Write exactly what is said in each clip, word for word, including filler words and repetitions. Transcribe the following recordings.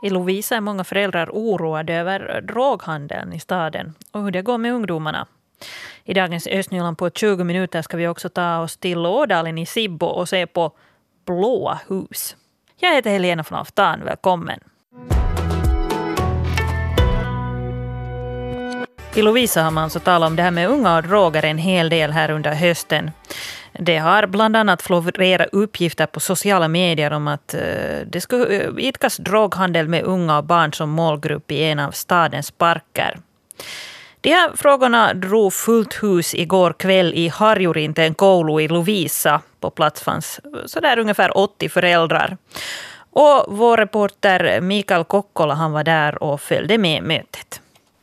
I Lovisa är många föräldrar oroade över droghandeln i staden och hur det går med ungdomarna. I dagens Östnyland på tjugo minuter ska vi också ta oss till Ådalen i Sibbo och se på blåa hus. Jag heter Helena von Aftan, välkommen. I Lovisa har man så talat om det här med unga och droger en hel del här under hösten. Det har bland annat florerat uppgifter på sociala medier om att det ska idkas droghandel med unga och barn som målgrupp i en av stadens parker. De här frågorna drog fullt hus igår kväll i Harjurinten koulu i Lovisa. På plats fanns så där ungefär åttio föräldrar. Och vår reporter Mikael Kokkola, han var där och följde med mötet.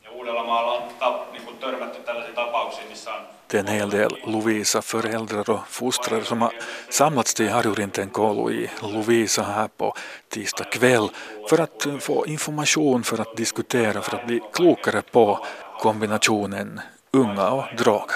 Det är en hel del Lovisa-föräldrar och fostrare som har samlats till Harjurinten koulu i Lovisa här på tisdag kväll för att få information, för att diskutera, för att bli klokare på kombinationen unga och droger.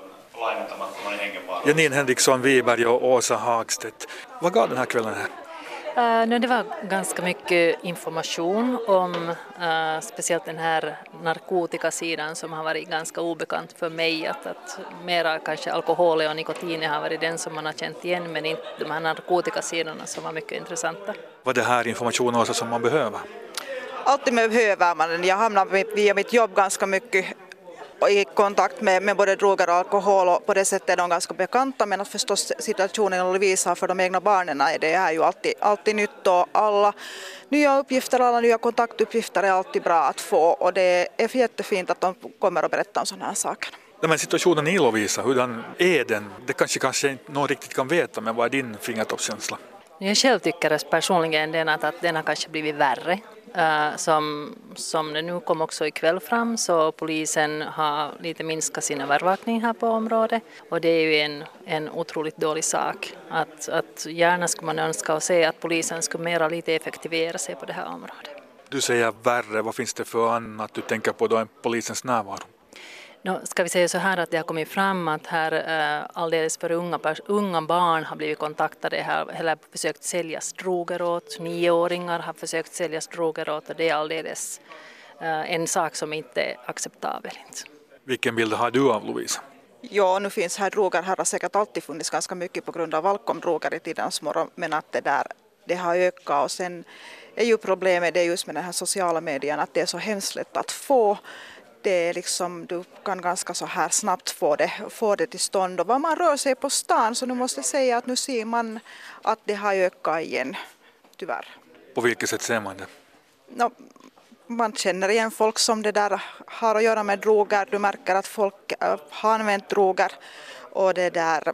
Janine Henriksson Wiberg och Åsa Hagstedt, vad gav den här kvällen här? Uh, no, det var ganska mycket information om uh, speciellt den här narkotikasidan som har varit ganska obekant för mig. Att, att mera kanske alkohol och nikotin har varit den som man har känt igen, men inte de här narkotikasidorna som var mycket intressanta. Vad är det här informationen också som man behöver? Alltid behöver man. Jag hamnar via mitt jobb ganska mycket i kontakt med, med både droger och alkohol, och på det sättet är de ganska bekanta, men att förstås situationen i Lovisa för de egna barnen är det är ju alltid, alltid nytt, och alla nya uppgifter, alla nya kontaktuppgifter är alltid bra att få, och det är jättefint att de kommer att berätta om sådana här saker. Men situationen i Lovisa, hurdan är den? Det kanske, kanske inte någon riktigt kan veta, men vad är din fingertoppskänsla? Jag själv tycker personligen den att, att den har kanske blivit värre. Uh, som, som det nu kom också ikväll fram, så polisen har lite minskat sin övervakning här på området, och det är ju en, en otroligt dålig sak. Att, att gärna skulle man önska och se att polisen skulle mera lite effektivera sig på det här området. Du säger värre, vad finns det för annat du tänker på då än polisens närvaro? No, ska vi säga så här att det har kommit fram att här uh, alldeles för unga, unga barn har blivit kontaktade här, eller försökt säljas droger åt, nioåringar har försökt säljas droger åt, och det är alldeles uh, en sak som inte är acceptabel. Vilken bild har du av Lovisa? Ja, nu finns här droger, här har säkert alltid funnits ganska mycket på grund av alkomdroger i tidens morgon, men att det där, det har ökat, och sen är ju problemet det just med den här sociala medien att det är så hemskt lätt att få. Det är liksom, du kan ganska så här snabbt få det, få det till stånd, och vad man rör sig på stan, så nu måste jag säga att nu ser man att det har ökat igen, tyvärr. På vilket sätt ser man det? No, man känner igen folk som det där har att göra med droger, du märker att folk äh, har använt droger, och det där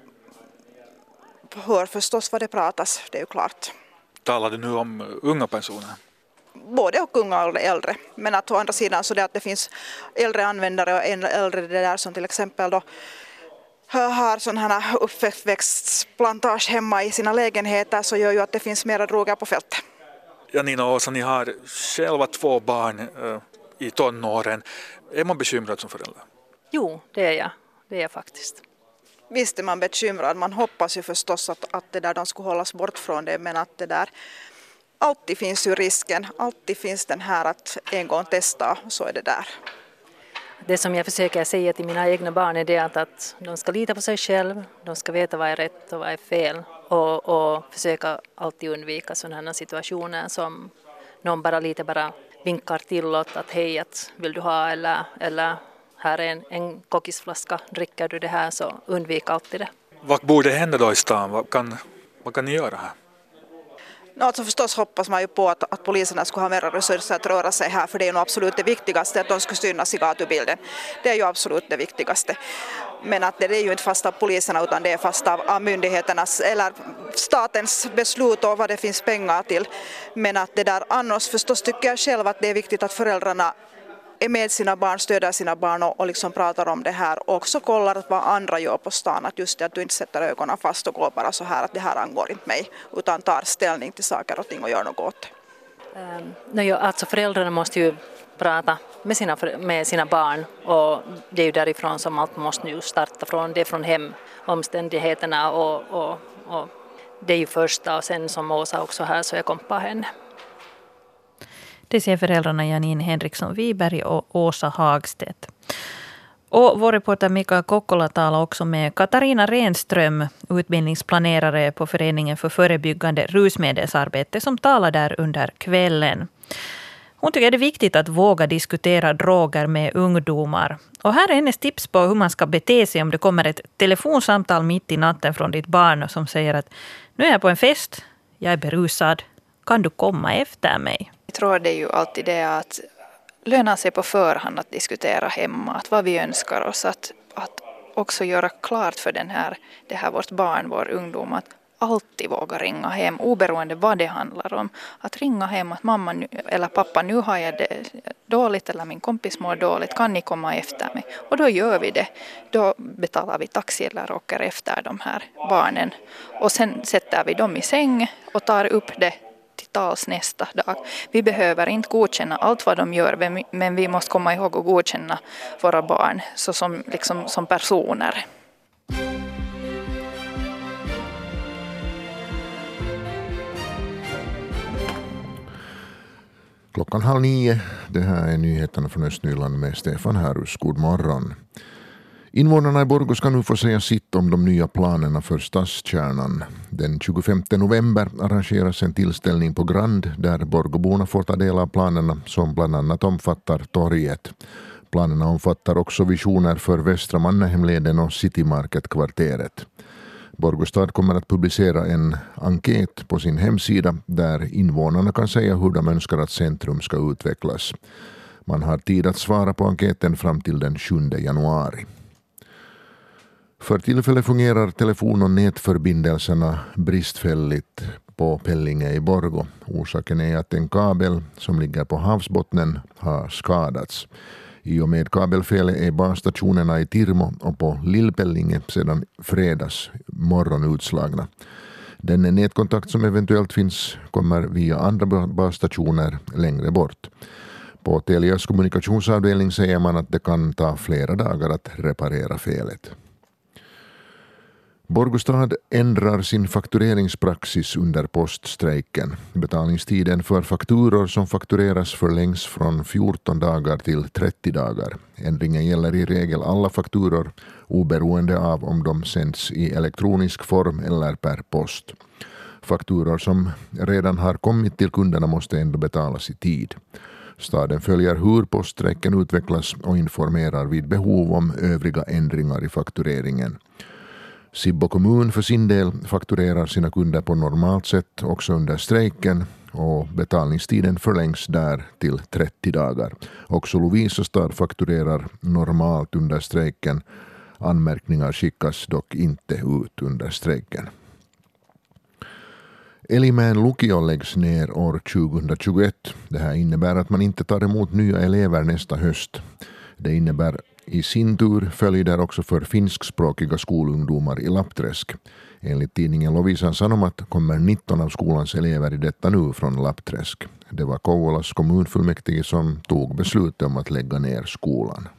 hör förstås vad det pratas, det är ju klart. Talar du nu om unga personer? Både och unga och äldre, men att å andra sidan så det att det finns äldre användare och äldre det där som till exempel då har sådana här uppväxtplantage hemma i sina lägenheter, så gör ju att det finns mera droger på fältet. Janina och Åsa, ni har själva två barn äh, i tonåren. Är man bekymrad som förälder? Jo, det är jag. Det är jag faktiskt. Visst är man bekymrad. Man hoppas ju förstås att, att det där de skulle hållas bort från det, men att det där alltid finns ju risken, alltid finns den här att en gång testa, så är det där. Det som jag försöker säga till mina egna barn är det att, att de ska lita på sig själv, de ska veta vad är rätt och vad är fel, och, och försöka alltid undvika sådana situationer som någon bara lite bara vinkar tillåt att hej, att vill du ha, eller, eller här är en, en kokisflaska, dricker du det här, så undvik alltid det. Vad borde hända då i stan? Vad kan, vad kan ni göra här? No, alltså förstås hoppas man ju på att, att poliserna skulle ha mer resurser att röra sig här, för det är nog absolut det viktigaste att de skulle synas i gatubilden. Det är ju absolut det viktigaste. Men att det är ju inte fast av poliserna, utan det är fast av, av myndigheternas eller statens beslut och vad det finns pengar till. Men att det där annars förstås tycker jag själv att det är viktigt att föräldrarna är med sina barn, stöder sina barn och, och liksom pratar om det här, och också kollar vad andra gör på stan, att just det att du inte sätter ögonen fast och går bara så här att det här angår inte mig, utan tar ställning till saker och ting och gör något åt. Um, no, ja, alltså föräldrarna måste ju prata med sina, med sina barn, och det är ju därifrån som allt måste ju starta från, det är från hem, omständigheterna och, och, och det är ju första, och sen som Åsa också här så jag kompar henne. Det säger föräldrarna Janine Henriksson Wiberg och Åsa Hagstedt. Och vår reporter Mika Kokkola talar också med Katarina Renström, utbildningsplanerare på Föreningen för förebyggande rusmedelsarbete, som talar där under kvällen. Hon tycker det är viktigt att våga diskutera droger med ungdomar. Och här är hennes tips på hur man ska bete sig om det kommer ett telefonsamtal mitt i natten från ditt barn som säger att nu är jag på en fest, jag är berusad, kan du komma efter mig? Jag tror det är ju alltid det att löna sig på förhand att diskutera hemma, att vad vi önskar oss, att, att också göra klart för den här, det här vårt barn, vår ungdom, att alltid våga ringa hem, oberoende vad det handlar om. Att ringa hem att mamma nu, eller pappa, nu har jag det dåligt eller min kompis mår dåligt, kan ni komma efter mig? Och då gör vi det. Då betalar vi taxi eller åker efter de här barnen. Och sen sätter vi dem i säng och tar upp det till tals nästa dag. Vi behöver inte godkänna allt vad de gör, men vi måste komma ihåg att godkänna våra barn så som, liksom, som personer. Klockan halv nio, det här är nyheterna från Östnyland med Stefan Härus. God morgon. Invånarna i Borgå ska nu få säga sitt om de nya planerna för stadskärnan. Den tjugofemte november arrangeras en tillställning på Grand där Borgåborna får ta del av planerna som bland annat omfattar torget. Planerna omfattar också visioner för Västra Mannahemleden och Citymarket-kvarteret. Borgostad kommer att publicera en enkät på sin hemsida där invånarna kan säga hur de önskar att centrum ska utvecklas. Man har tid att svara på enkäten fram till den sjunde januari. För tillfället fungerar telefon- och nätförbindelserna bristfälligt på Pellinge i Borgå. Orsaken är att en kabel som ligger på havsbottnen har skadats. I och med kabelfelet är basstationerna i Tirmo och på Lillpellinge sedan fredags morgon utslagna. Den nätkontakt som eventuellt finns kommer via andra basstationer längre bort. På Telias kommunikationsavdelning säger man att det kan ta flera dagar att reparera felet. Borgostad ändrar sin faktureringspraxis under poststrejken. Betalningstiden för fakturor som faktureras förlängs från fjorton dagar till trettio dagar. Ändringen gäller i regel alla fakturor oberoende av om de sänds i elektronisk form eller per post. Fakturor som redan har kommit till kunderna måste ändå betalas i tid. Staden följer hur poststrejken utvecklas och informerar vid behov om övriga ändringar i faktureringen. Sibbo kommun för sin del fakturerar sina kunder på normalt sätt också under strejken och betalningstiden förlängs där till trettio dagar. Också Lovisa stad fakturerar normalt under strejken. Anmärkningar skickas dock inte ut under strejken. Elimäen lukio läggs ner år tjugohundratjugoett. Det här innebär att man inte tar emot nya elever nästa höst. Det innebär i sin tur följder också för finskspråkiga skolungdomar i Lappträsk. Enligt tidningen Lovisan Sanomat kommer nitton av skolans elever i detta nu från Lappträsk. Det var Kouvolas kommunfullmäktige som tog beslut om att lägga ner skolan.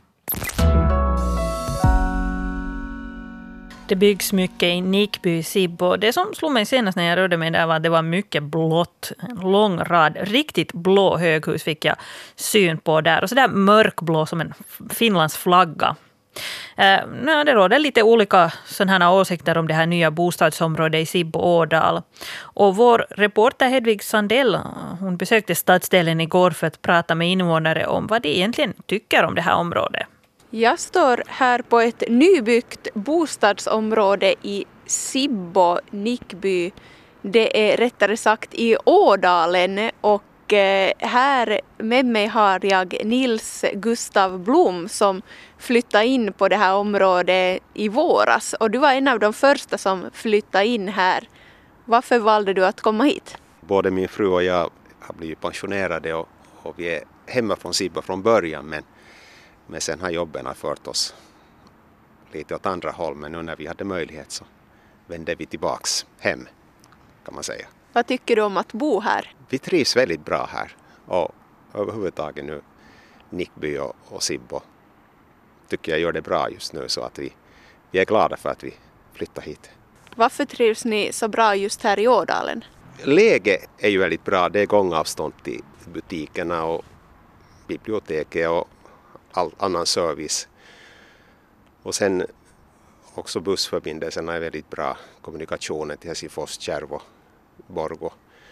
Det byggs mycket i Nickby, Sibbo. Det som slog mig senast när jag rörde mig där var att det var mycket blått. En lång rad, riktigt blå höghus fick jag syn på där. Och så där mörkblå som en Finlands flagga. Eh, det råder lite olika sådana åsikter om det här nya bostadsområdet i Sibbo-Ådal. Och vår reporter Hedvig Sandell, hon besökte stadsdelen igår för att prata med invånare om vad de egentligen tycker om det här området. Jag står här på ett nybyggt bostadsområde i Sibbo, Nickby. Det är rättare sagt i Ådalen och här med mig har jag Nils Gustav Blom som flyttade in på det här området i våras. Och du var en av de första som flyttade in här. Varför valde du att komma hit? Både min fru och jag har blivit pensionerade och, och vi är hemma från Sibbo från början men Men sen har jobben fört oss lite åt andra håll. Men nu när vi hade möjlighet så vände vi tillbaks hem kan man säga. Vad tycker du om att bo här? Vi trivs väldigt bra här. Och överhuvudtaget nu Nickby och, och Sibbo tycker jag gör det bra just nu. Så att vi, vi är glada för att vi flyttar hit. Varför trivs ni så bra just här i Ådalen? Läget är ju väldigt bra. Det är gångavstånd till, för butikerna och biblioteket och all annan service. Och sen också bussförbindelserna är väldigt bra, kommunikationen till Helsingfors, Kärvo, Borgå.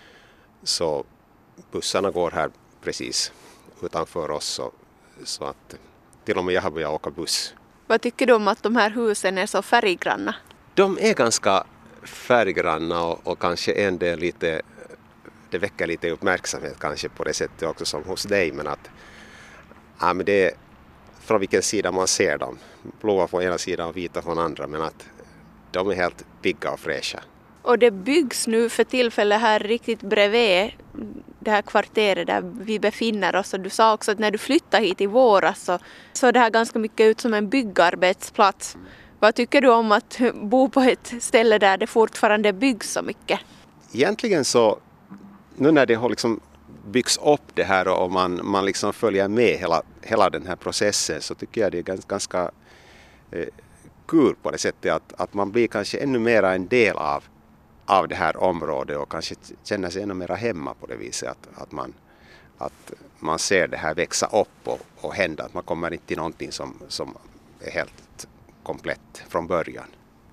Så bussarna går här precis utanför oss så, så att till och med jag har börjat åka buss. Vad tycker du om att de här husen är så färggranna? De är ganska färggranna och, och kanske en del lite, det väcker lite uppmärksamhet kanske på det sättet också som hos dig, men att ja, men det är från vilken sida man ser dem. Blåa från ena sidan och vita från andra, men att de är helt pigga och fräscha. Och det byggs nu för tillfället här riktigt bredvid det här kvarteret där vi befinner oss. Och du sa också att när du flyttade hit i våras så såg det här ganska mycket ut som en byggarbetsplats. Vad tycker du om att bo på ett ställe där det fortfarande byggs så mycket? Egentligen så, nu när det har liksom byggs upp det här och man, man liksom följer med hela, hela den här processen, så tycker jag det är ganska, ganska eh, kul på det sättet att, att man blir kanske ännu mer en del av, av det här området och kanske känner sig ännu mer hemma på det viset att, att, man, att man ser det här växa upp och, och hända, att man kommer inte till någonting som, som är helt komplett från början.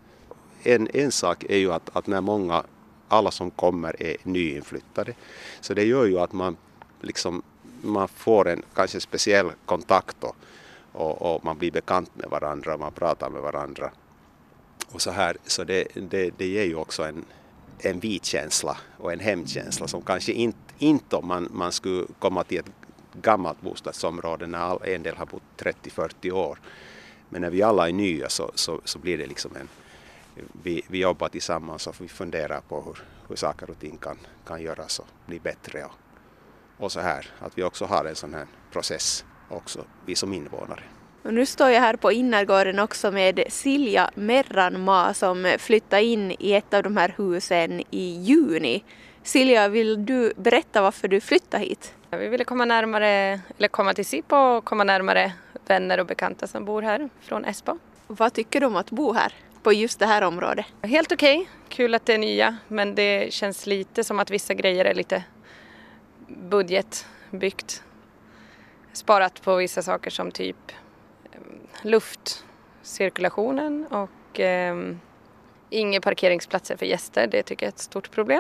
En, en sak är ju att, att när många, alla som kommer är nyinflyttade, så det gör ju att man, liksom, man får en kanske speciell kontakt och, och, och man blir bekant med varandra och man pratar med varandra. Och så här, så det, det, det ger ju också en, en vi-känsla och en hemkänsla som kanske inte, inte om man, man skulle komma till ett gammalt bostadsområde när en del har bott trettio till fyrtio år. Men när vi alla är nya så, så, så blir det liksom en, vi, vi jobbar tillsammans och vi funderar på hur, hur saker och ting kan, kan göras och bli bättre. Och, och så här, att vi också har en sån här process också, vi som invånare. Och nu står jag här på innergården också med Silja Merranmaa som flyttade in i ett av de här husen i juni. Silja, vill du berätta varför du flyttade hit? Vi ville komma närmare, eller komma till Sibbo och komma närmare vänner och bekanta som bor här från Esbo. Vad tycker du om att bo här på just det här området? Helt okej, okay. Kul att det är nya, men det känns lite som att vissa grejer är lite budgetbyggt. Sparat på vissa saker som typ luftcirkulationen och eh, inga parkeringsplatser för gäster. Det tycker jag är ett stort problem.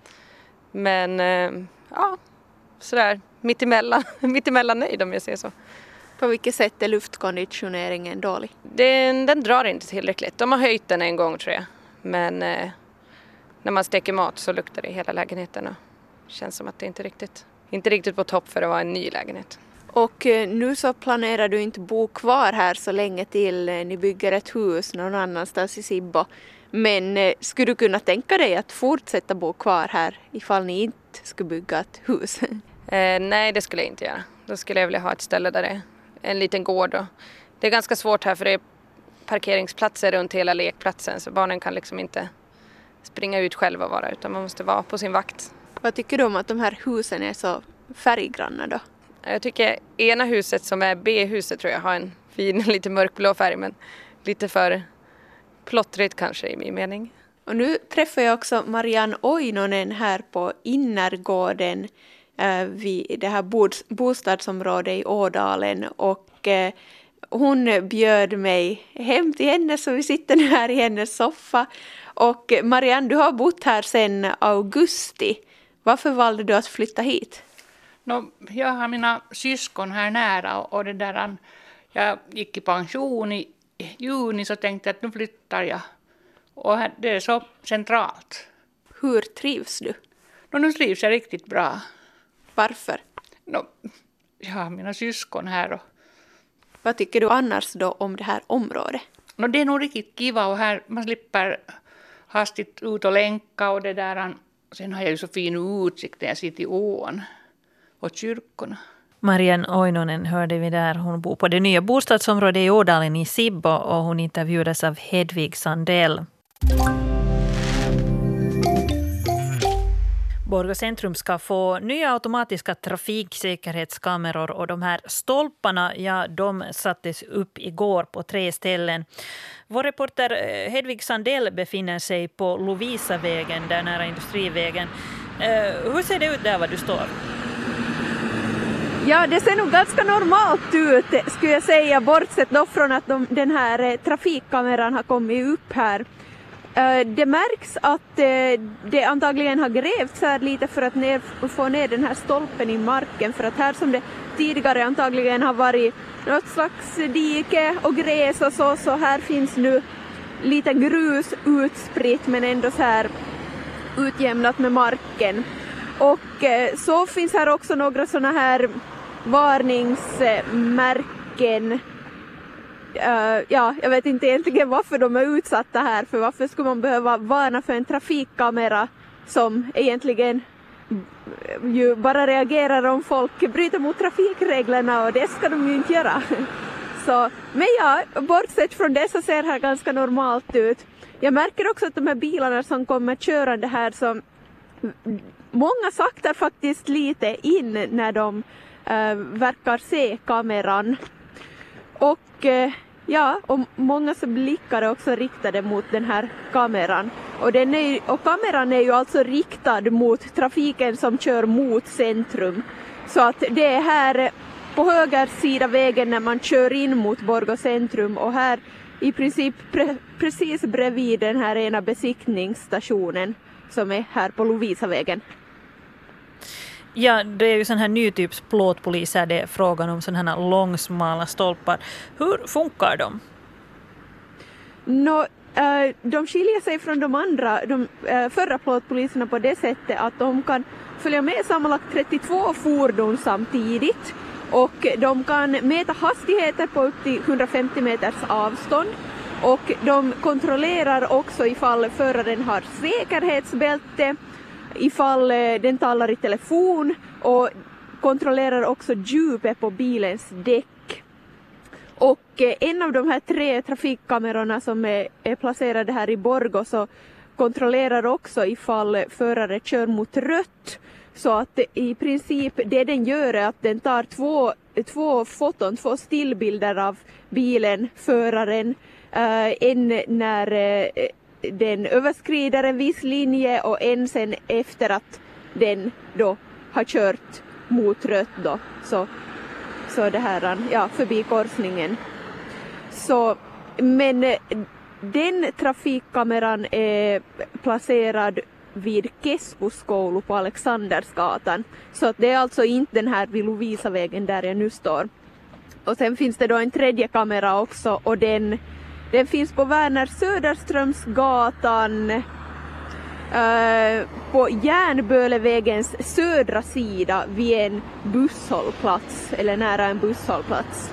Men eh, ja, sådär mittemellan, mittemellan nöjd om jag säger så. På vilket sätt är luftkonditioneringen dålig? Den, den drar inte tillräckligt. De har höjt den en gång tror jag. Men eh, när man steker mat så luktar det i hela lägenheten. Och känns som att det inte riktigt, inte riktigt på topp för att vara en ny lägenhet. Och nu så planerar du inte bo kvar här så länge till ni bygger ett hus någon annanstans i Sibbo. Men skulle du kunna tänka dig att fortsätta bo kvar här ifall ni inte skulle bygga ett hus? Eh, nej, det skulle jag inte göra. Då skulle jag vilja ha ett ställe där det är en liten gård. Och det är ganska svårt här för det är parkeringsplatser runt hela lekplatsen. Så barnen kan liksom inte springa ut själva bara utan man måste vara på sin vakt. Vad tycker du om att de här husen är så färggranna då? Jag tycker ena huset som är B-huset tror jag har en fin lite mörkblå färg men lite för plottrigt kanske i min mening. Och nu träffar jag också Marianne Oinonen här på innergården eh, vid det här bostadsområdet i Ådalen och eh, hon bjöd mig hem till henne så vi sitter nu här i hennes soffa. Och Marianne, du har bott här sedan augusti. Varför valde du att flytta hit? No, jag har mina syskon här nära och det där, jag gick i pension i juni så tänkte jag att nu flyttar jag. Och det är så centralt. Hur trivs du? No, nu trivs jag riktigt bra. Varför? No, jag har mina syskon här. Och... Vad tycker du annars då om det här området? No, det är nog riktigt kiva och här man slipper hastigt ut och länka och det där. Sen har jag ju så fin utsikt när jag sitter i ån. Och kyrkorna. Marianne Oinonen hörde vi där. Hon bor på det nya bostadsområdet i Ådalen i Sibbo och hon intervjuades av Hedvig Sandell. Borgå centrum ska få nya automatiska trafiksäkerhetskameror och de här stolparna, ja, de sattes upp igår på tre ställen. Vår reporter Hedvig Sandell befinner sig på Lovisavägen, där nära Industrivägen. Uh, hur ser det ut där var du står? Ja, det ser nog ganska normalt ut skulle jag säga, bortsett då från att de, den här eh, trafikkameran har kommit upp här. Eh, det märks att eh, det antagligen har grävts här lite för att ner, få ner den här stolpen i marken, för att här som det tidigare antagligen har varit något slags dike och gräs och så, så här finns nu lite grus utspritt men ändå så här utjämnat med marken. Och eh, så finns här också några såna här varningsmärken. Uh, ja, jag vet inte egentligen varför de är utsatta här, för varför skulle man behöva varna för en trafikkamera som egentligen ju bara reagerar om folk bryter mot trafikreglerna, och det ska de ju inte göra. Så, men ja, bortsett från det så ser det här ganska normalt ut. Jag märker också att de här bilarna som kommer körande här, som många saktar faktiskt lite in när de uh, verkar se kameran. Och uh, ja, och många så blickar är också riktade mot den här kameran. Och, den är, och kameran är ju alltså riktad mot trafiken som kör mot centrum. Så att det är här på höger sida vägen när man kör in mot Borgå centrum, och här i princip pre, precis bredvid den här ena besiktningsstationen som är här på Lovisavägen. Ja, det är ju sån här ny typs plåtpoliser, det är frågan om såna här långsmala stolpar. Hur funkar de? Nå, äh, de skiljer sig från de andra, de äh, förra plåtpoliserna på det sättet att de kan följa med sammanlagt trettiotvå fordon samtidigt, och de kan mäta hastigheter på upp till hundrafemtio meters avstånd, och de kontrollerar också ifall föraren har säkerhetsbälte, ifall den talar i telefon, och kontrollerar också djupet på bilens däck. Och en av de här tre trafikkamerorna som är, är placerade här i Borgå så kontrollerar också ifall förare kör mot rött. Så att i princip det den gör är att den tar två, två foton, två stillbilder av bilen, föraren, uh, en när uh, den överskrider en viss linje och en sen efter att den då har kört mot rött då, så, så det här, ja, förbi korsningen. Så, men den trafikkameran är placerad vid Keskuskoulu på Alexandersgatan, så att det är alltså inte den här vid Lovisavägen där jag nu står. Och sen finns det då en tredje kamera också, och den Den finns på Werner Söderströmsgatan uh, på Järnbölevägens södra sida vid en busshållplats, eller nära en busshållplats.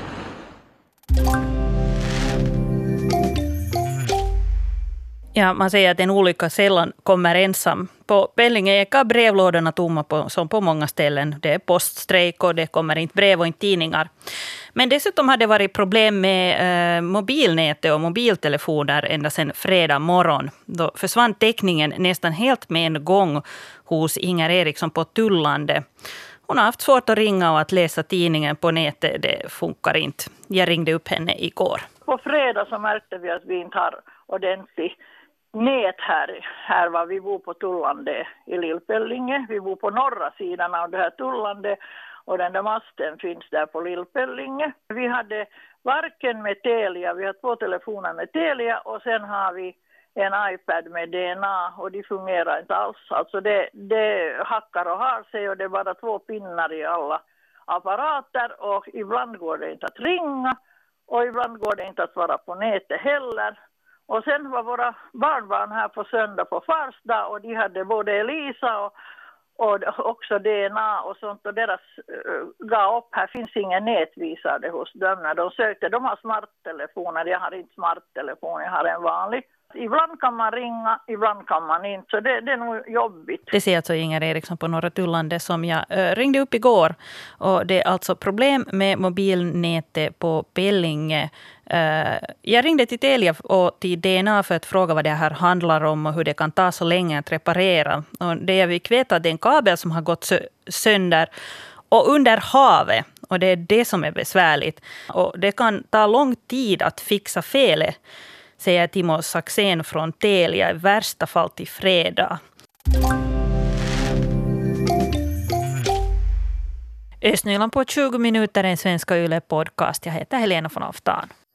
Ja, man säger att en olycka sällan kommer ensam. På Pellinge ekar brevlådorna tomma på, som på många ställen. Det är poststrejk och det kommer inte brev och inte tidningar. Men dessutom har det varit problem med eh, mobilnätet och mobiltelefoner ända sedan fredag morgon. Då försvann täckningen nästan helt med en gång hos Inger Eriksson på Tullande. Hon har haft svårt att ringa och att läsa tidningen på nätet. Det funkar inte. Jag ringde upp henne igår. På fredag så märkte vi att vi inte har ordentligt nät här, här var vi bor på Tullande i Lillpellinge. Vi bor på norra sidan av det här Tullande, och den där masten finns där på Lillpellinge. Vi hade varken med Telia, vi har två telefoner med Telia, och sen har vi en iPad med D N A, och de fungerar inte alls. Alltså det, det hackar och har sig, och det är bara två pinnar i alla apparater, och ibland går det inte att ringa och ibland går det inte att vara på nätet heller. Och sen var våra barnbarn här på söndag på farsdag, och de hade både Elisa och, och också D N A och sånt, och deras uh, gav upp. Här finns ingen nätvisare hos dem när de sökte. De har smarttelefoner, jag har inte smarttelefon, jag har en vanlig. Ibland kan man ringa, ibland kan man inte, så det, det är nog jobbigt. Det säger alltså Inger Eriksson på Norra Tullande som jag äh, ringde upp igår. Och det är alltså problem med mobilnätet på Pellinge. Äh, jag ringde till Telia och till D N A för att fråga vad det här handlar om och hur det kan ta så länge att reparera. Och det jag fick veta att det är en kabel som har gått sönder och under havet. Och det är det som är besvärligt. Och det kan ta lång tid att fixa felet, säger Timo Saxén från Telia, i värsta fall till fredag. Östnyland på tjugo minuter, en svenska Yle podcast. Jag heter Helena von Aftan.